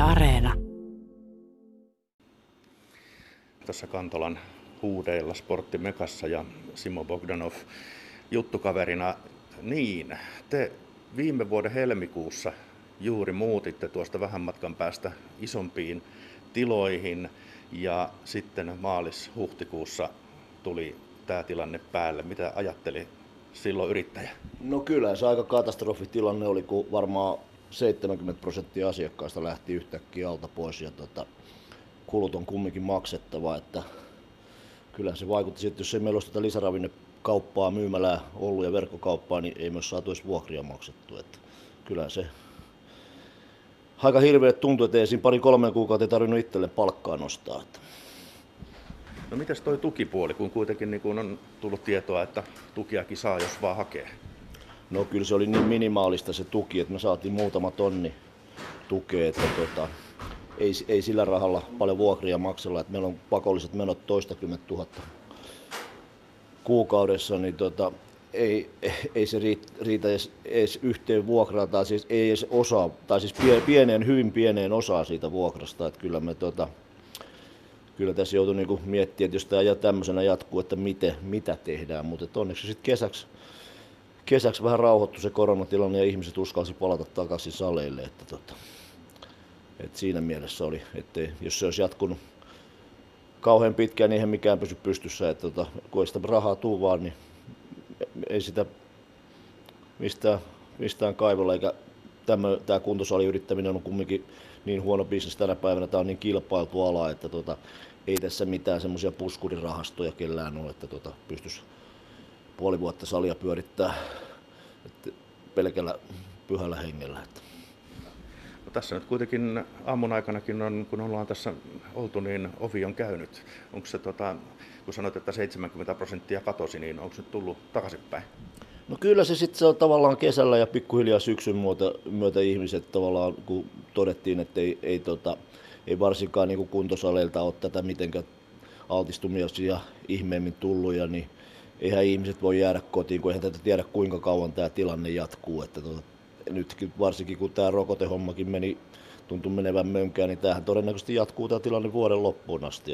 Areena. Tässä Kantolan huudeilla Sporttimekassa ja Simo Bogdanov juttukaverina. Niin, te viime vuoden helmikuussa juuri muutitte tuosta vähän matkan päästä isompiin tiloihin ja sitten maalis-huhtikuussa tuli tämä tilanne päälle. Mitä ajatteli silloin yrittäjä? No kyllä se aika katastrofitilanne oli, kun varmaan 70% asiakkaista lähti yhtäkkiä alta pois ja kulut on kumminkin maksettava. Että kyllä se vaikutti siihen, että jos ei meillä olisi tätä lisäravinnekauppaa, myymälää ollut ja verkkokauppaa, niin ei myös saatu edes vuokria maksettua. Että kyllä se aika hirveet tuntui, että ei siinä 2-3 kuukautta tarvinnut itselle palkkaa nostaa. No mitäs toi tukipuoli, kun kuitenkin niin kun on tullut tietoa, että tukiakin saa, jos vaan hakee? No kyllä se oli niin minimaalista se tuki, että me saatiin muutama tonni tukea, että ei sillä rahalla paljon vuokria maksella, että meillä on pakolliset menot 20 000 kuukaudessa, niin ei se riitä edes yhteen vuokraan, tai siis ei edes osaa, tai siis hyvin pieneen osaan siitä vuokrasta, että kyllä me kyllä tässä joutui niinku miettimään, että jos tämä tämmöisenä jatkuu, että mitä tehdään, mutta onneksi sitten kesäksi vähän rauhoittui se koronatilanne ja ihmiset uskalsi palata takaisin saleille, että siinä mielessä oli, että jos se olisi jatkunut kauhean pitkään, niin eihän mikään pysy pystyssä, että kun ei sitä rahaa tule vaan, niin ei sitä mistään kaivella, eikä tämä kuntosaliyrittäminen on kumminkin niin huono bisnes tänä päivänä, tämä on niin kilpailtu ala, että ei tässä mitään semmoisia puskurirahastoja kellään ole, että pystyisi puoli vuotta salia pyörittää pelkällä pyhällä hengellä. No, tässä nyt kuitenkin aamun aikanakin, kun ollaan tässä oltu, niin ovi on käynyt. Onko se, kun sanoit, että 70% katosi, niin onko nyt tullut takaisinpäin? No kyllä se on tavallaan kesällä ja pikkuhiljaa syksyn myötä ihmiset tavallaan, kun todettiin, että ei varsinkaan niin kuin kuntosaleilta ole tätä mitenkään altistumisia ihmeemmin tullut, niin eihän ihmiset voi jäädä kotiin, kun eihän tätä tiedä kuinka kauan tämä tilanne jatkuu. Että nytkin varsinkin kun tämä rokotehommakin tuntui menevän mönkään, niin tämähän todennäköisesti jatkuu tämä tilanne vuoden loppuun asti.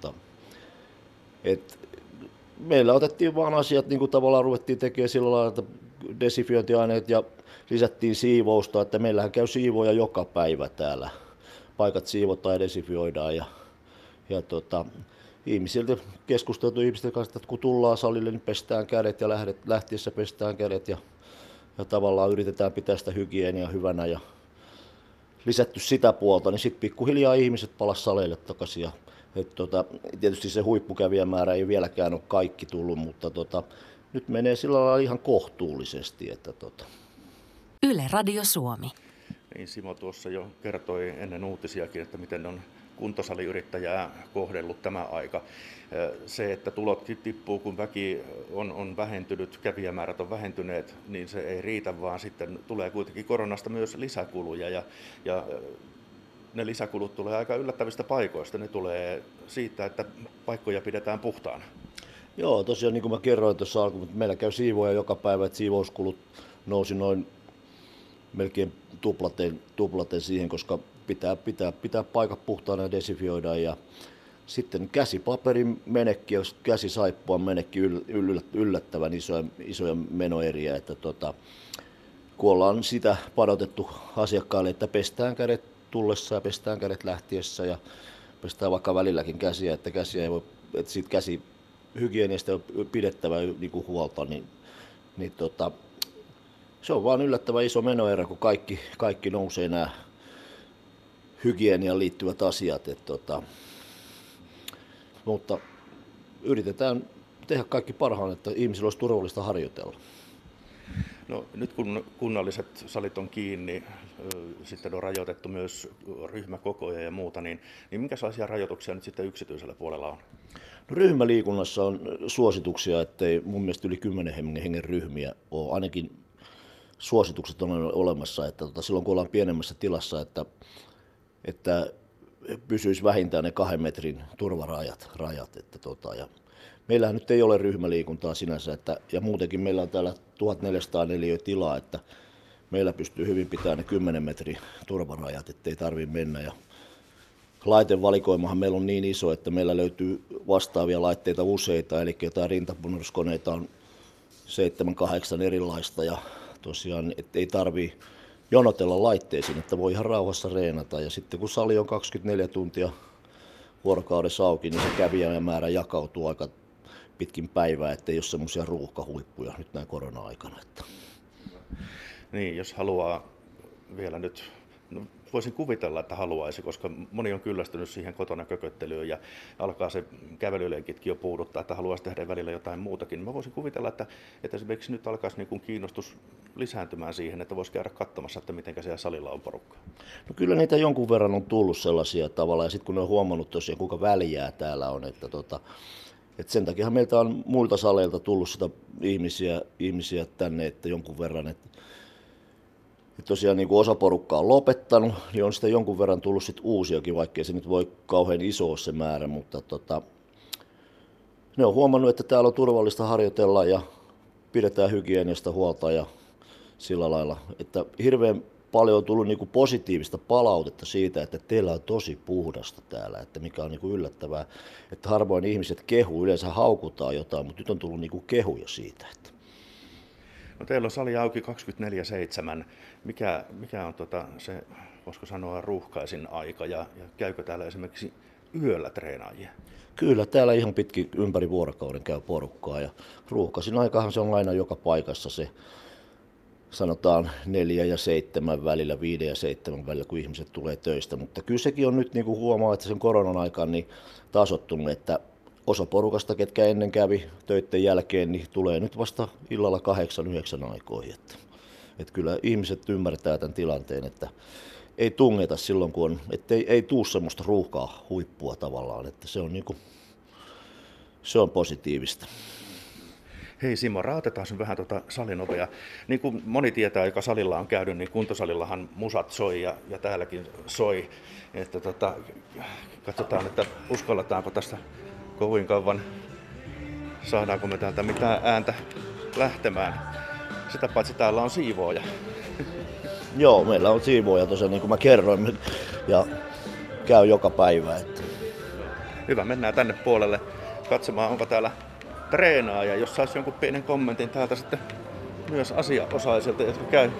Että meillä otettiin vaan asiat, niin kuin tavallaan ruvettiin tekemään sillä lailla, että desinfiointiaineet ja lisättiin siivousta, että meillähän käy siivoja joka päivä täällä. Paikat siivotaan ja desinfioidaan ja ihmisiltä keskusteltu ihmisten kanssa, että kun tullaan salille, niin pestään kädet ja lähtiessä pestään kädet ja tavallaan yritetään pitää sitä hygieniaa hyvänä ja lisätty sitä puolta, niin sitten pikkuhiljaa ihmiset palasivat saleille takaisin. Tietysti se huippukävijämäärä ei vieläkään ole kaikki tullut, mutta nyt menee sillä lailla ihan kohtuullisesti. Yle Radio Suomi. Niin, Simo tuossa jo kertoi ennen uutisiakin, että miten on kuntosaliyrittäjää kohdellut tämä aika. Se, että tulot tippuu, kun väki on vähentynyt, kävijämäärät on vähentyneet, niin se ei riitä, vaan sitten tulee kuitenkin koronasta myös lisäkuluja ja ne lisäkulut tulee aika yllättävistä paikoista. Ne tulee siitä, että paikkoja pidetään puhtaana. Joo, tosiaan niin kuin mä kerroin tuossa alkuun, että meillä käy siivoja joka päivä, että siivouskulut nousi noin melkein tuplaten siihen, koska pitää paikat puhtaana ja desinfioidaan. Ja sitten käsipaperin menekki ja käsisaippua menekki yllättävän isoja menoeriä. Että kun ollaan sitä padotettu asiakkaille, että pestään kädet tullessa ja pestään kädet lähtiessä ja pestään vaikka välilläkin käsiä, että käsiä ei voi, että siitä käsihygieniasta on pidettävä niin kuin huolta, niin se on vaan yllättävän iso menoerä, kun kaikki nousee nämä hygieniaan liittyvät asiat. Mutta yritetään tehdä kaikki parhaan, että ihmisillä olisi turvallista harjoitella. No, nyt kun kunnalliset salit on kiinni, sitten on rajoitettu myös ryhmäkokoja ja muuta, niin minkälaisia rajoituksia nyt sitten yksityisellä puolella on? No, ryhmäliikunnassa on suosituksia, ettei mun mielestä yli 10 hengen ryhmiä ole. Ainakin suositukset on olemassa, että silloin kun ollaan pienemmässä tilassa, että pysyisi vähintään ne 2 metrin turvarajat. Ja meillähän nyt ei ole ryhmäliikuntaa sinänsä, ja muutenkin meillä on täällä 1404 tilaa, että meillä pystyy hyvin pitämään ne 10 metrin turvarajat, ettei tarvitse mennä. Ja laitevalikoimahan meillä on niin iso, että meillä löytyy vastaavia laitteita useita, eli jotain rintapunneruskoneita on 7-8 erilaista ja tosiaan ei tarvitse jonotella laitteisiin, että voi ihan rauhassa reenata. Ja sitten kun sali on 24 tuntia vuorokaudessa auki, niin se kävijämäärä jakautuu aika pitkin päivää, ettei ole semmoisia ruuhkahuippuja nyt näin korona-aikana. Niin, jos haluaa vielä nyt, no voisin kuvitella, että haluaisi, koska moni on kyllästynyt siihen kotona kököttelyyn ja alkaa se kävelylenkitkin jo puuduttaa, että haluaisi tehdä välillä jotain muutakin. Mä voisin kuvitella, että esimerkiksi nyt alkaisi niin kuin kiinnostus lisääntymään siihen, että voisi käydä katsomassa, että miten siellä salilla on porukkaa. No kyllä niitä jonkun verran on tullut sellaisia tavalla ja sitten kun ne on huomannut tosiaan kuinka väliä täällä on, että et sen takia meiltä on muilta saleilta tullut sitä ihmisiä tänne, että jonkun verran, että tosiaan niin kuin osa porukkaa on lopettanut, niin on sitä jonkun verran tullut sit uusiakin, vaikkei se nyt voi kauhean iso ole se määrä, mutta ne on huomannut, että täällä on turvallista harjoitella ja pidetään hygieniasta huolta ja sillä lailla, että hirveän paljon on tullut niin kuin positiivista palautetta siitä, että teillä on tosi puhdasta täällä, että mikä on niin kuin yllättävää, että harvoin ihmiset kehuu, yleensä haukutaan jotain, mutta nyt on tullut niin kuin kehuja siitä. Että. No teillä on sali auki 24/7. Mikä on se, voisiko sanoa, ruuhkaisin aika ja käykö täällä esimerkiksi yöllä treenaajia? Kyllä, täällä ihan pitkin ympäri vuorokauden käy porukkaa ja ruuhkaisin aikahan se on aina joka paikassa se, sanotaan 4 ja 7 välillä, 5 ja 7 välillä, kun ihmiset tulee töistä, mutta kyllä sekin on nyt niin kuin huomaa, että sen koronan aikaan niin tasoittunut, että osa porukasta, ketkä ennen kävi töiden jälkeen, niin tulee nyt vasta illalla 8-9 aikoihin. Että kyllä ihmiset ymmärtää tämän tilanteen, että ei tungeta silloin, kun on, että ei tuu semmoista ruuhkaa huippua tavallaan, että se on, niinku, se on positiivista. Hei Simo, raatetaan vähän salin ovea. Niin kuin moni tietää, joka salilla on käynyt, niin kuntosalillahan musat soi ja täälläkin soi. Että katsotaan, että uskalletaanko tästä kovin kauan, saadaanko me täältä mitään ääntä lähtemään. Sitä paitsi täällä on siivooja. Joo, meillä on siivooja tosiaan, niin kuin mä kerroin, ja käy joka päivä. Että. Hyvä, mennään tänne puolelle katsomaan, onko täällä treenaaja. Jos saisi jonkun pienen kommentin täältä sitten myös asiaosaisilta, jotka käy.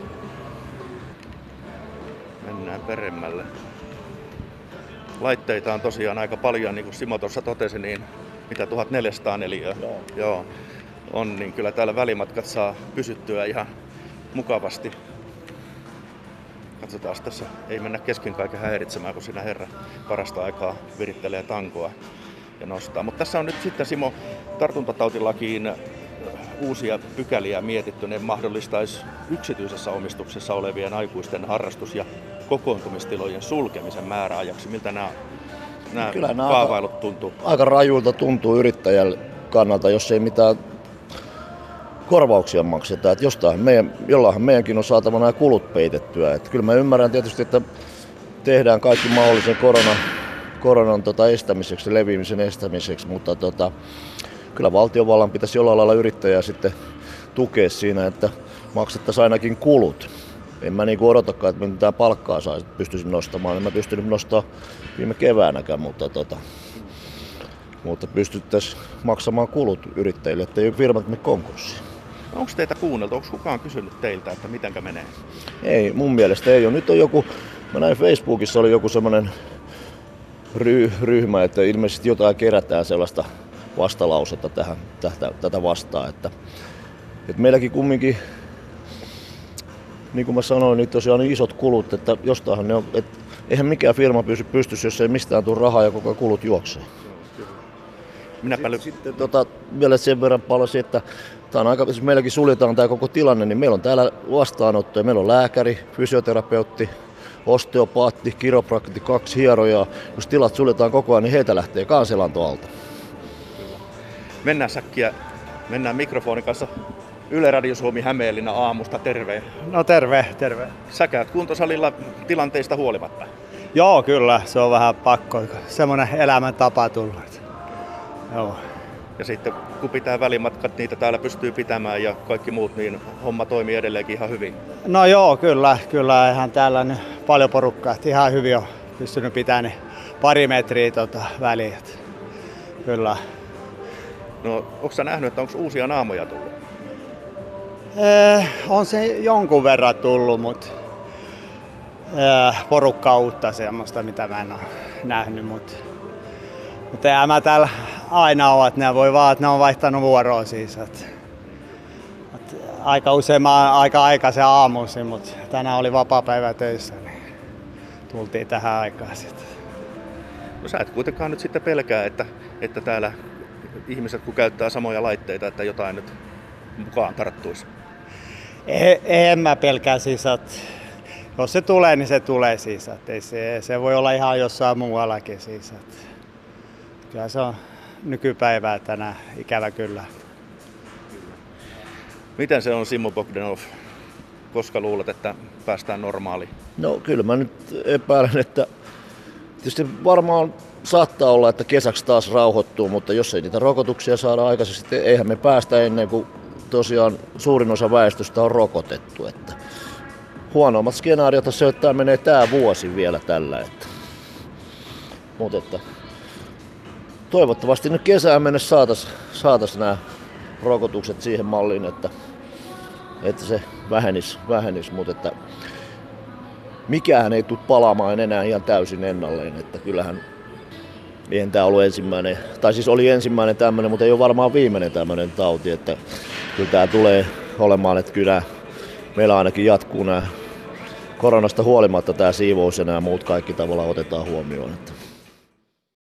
Mennään peremmälle. Laitteita on tosiaan aika paljon, niin kuin Simo tuossa totesi, niin mitä 1400 neliöä. Joo. On, niin kyllä täällä välimatkat saa pysyttyä ihan mukavasti. Katsotaan tässä, ei mennä kesken kaiken häiritsemään, kun siinä herra parasta aikaa virittelee tankoa ja nostaa. Mutta tässä on nyt sitten Simo tartuntatautilakiin uusia pykäliä mietitty. Ne mahdollistaisi yksityisessä omistuksessa olevien aikuisten harrastus- ja kokoontumistilojen sulkemisen määräajaksi. Miltä nämä kaavailut tuntuu? Aika rajuilta tuntuu yrittäjän kannalta, jos ei mitään korvauksia makseta. Että jollainhan meidänkin on saatava nämä kulut peitettyä. Että kyllä mä ymmärrän tietysti, että tehdään kaikki mahdollisen koronan estämiseksi, leviämisen estämiseksi, mutta kyllä valtiovallan pitäisi jollain lailla yrittäjää sitten tukea siinä, että maksettaisiin ainakin kulut. En mä niinku odotakaan, että mitään palkkaa pystyisin nostamaan. En mä pystynyt nostamaan viime keväänäkään, mutta pystyttäisiin maksamaan kulut yrittäjille, ettei firmat mene konkurssiin. Onko teitä kuunneltu? Onko kukaan kysynyt teiltä, että mitenkä menee? Ei, mun mielestä ei ole. Nyt on joku, mä näin Facebookissa oli joku semmoinen ryhmä, että ilmeisesti jotain kerätään sellaista vastalausetta tätä vastaan. Että meilläkin kumminkin, niin kuin mä sanoin, niin tosiaan on isot kulut, että jostainhan ne on, että eihän mikään firma pystyisi, jos ei mistään tule rahaa ja koko kulut juoksee. Sitten vielä sen verran palasi, että jos meilläkin suljetaan tämä koko tilanne, niin meillä on täällä vastaanottoja. Meillä on lääkäri, fysioterapeutti, osteopaatti, kiroprakti, 2 hierojaa. Jos tilat suljetaan koko ajan, niin heitä lähtee kanselanto alta. Mennään mikrofonin kanssa Yle Radio Suomi Hämeenlinna aamusta. Terve. No terve. Sä käyt kuntosalilla tilanteista huolimatta. Joo, kyllä. Se on vähän pakko. Semmoinen elämäntapa tullut. Joo. Ja sitten kun pitää välimatkat, niitä täällä pystyy pitämään ja kaikki muut, niin homma toimii edelleenkin ihan hyvin. No joo, kyllä ihan täällä nyt paljon porukkaa, että ihan hyvin on pystynyt pitämään pari metriä väliä. Kyllä. No, onko sä nähnyt, että onko uusia naamoja tullut? On se jonkun verran tullut, mutta porukkaa uutta semmoista, mitä mä en ole nähnyt. Mutta eihän mä täällä aina ole, että ne voi vaan, että ne on vaihtanut vuoroa siis. Aika usein mä aika aikaisen aamuisin, mutta tänään oli vapaapäivä töissä, niin tultiin tähän aikaan sitten. No sä et kuitenkaan nyt sitten pelkää, että täällä ihmiset kun käyttää samoja laitteita, että jotain nyt mukaan tarttuisi? En mä pelkää siis, että jos se tulee, niin se tulee siis. Että se voi olla ihan jossain muuallakin siis. Että kyllä se on nykypäivää tänään, ikävä kyllä. Miten se on, Simmo Bogdanov? Koska luulet, että päästään normaaliin? No kyllä mä nyt epäilen, että tietysti varmaan saattaa olla, että kesäksi taas rauhoittuu, mutta jos ei niitä rokotuksia saada aikaisesti, eihän me päästä ennen kuin tosiaan suurin osa väestöstä on rokotettu. Että huonommat skenaariot on se, että tämä menee tämä vuosi vielä tällä. Mutta että toivottavasti nyt kesään mennessä saataisiin nämä rokotukset siihen malliin, että se vähenisi, mutta että mikään ei tule palaamaan enää ihan täysin ennalleen, että kyllähän eihän tämä ollut ensimmäinen, tai siis oli ensimmäinen tämmöinen, mutta ei ole varmaan viimeinen tämmöinen tauti, että kyllä tämä tulee olemaan, että kyllä meillä ainakin jatkuu nämä koronasta huolimatta tämä siivous ja nämä muut kaikki tavallaan otetaan huomioon. Että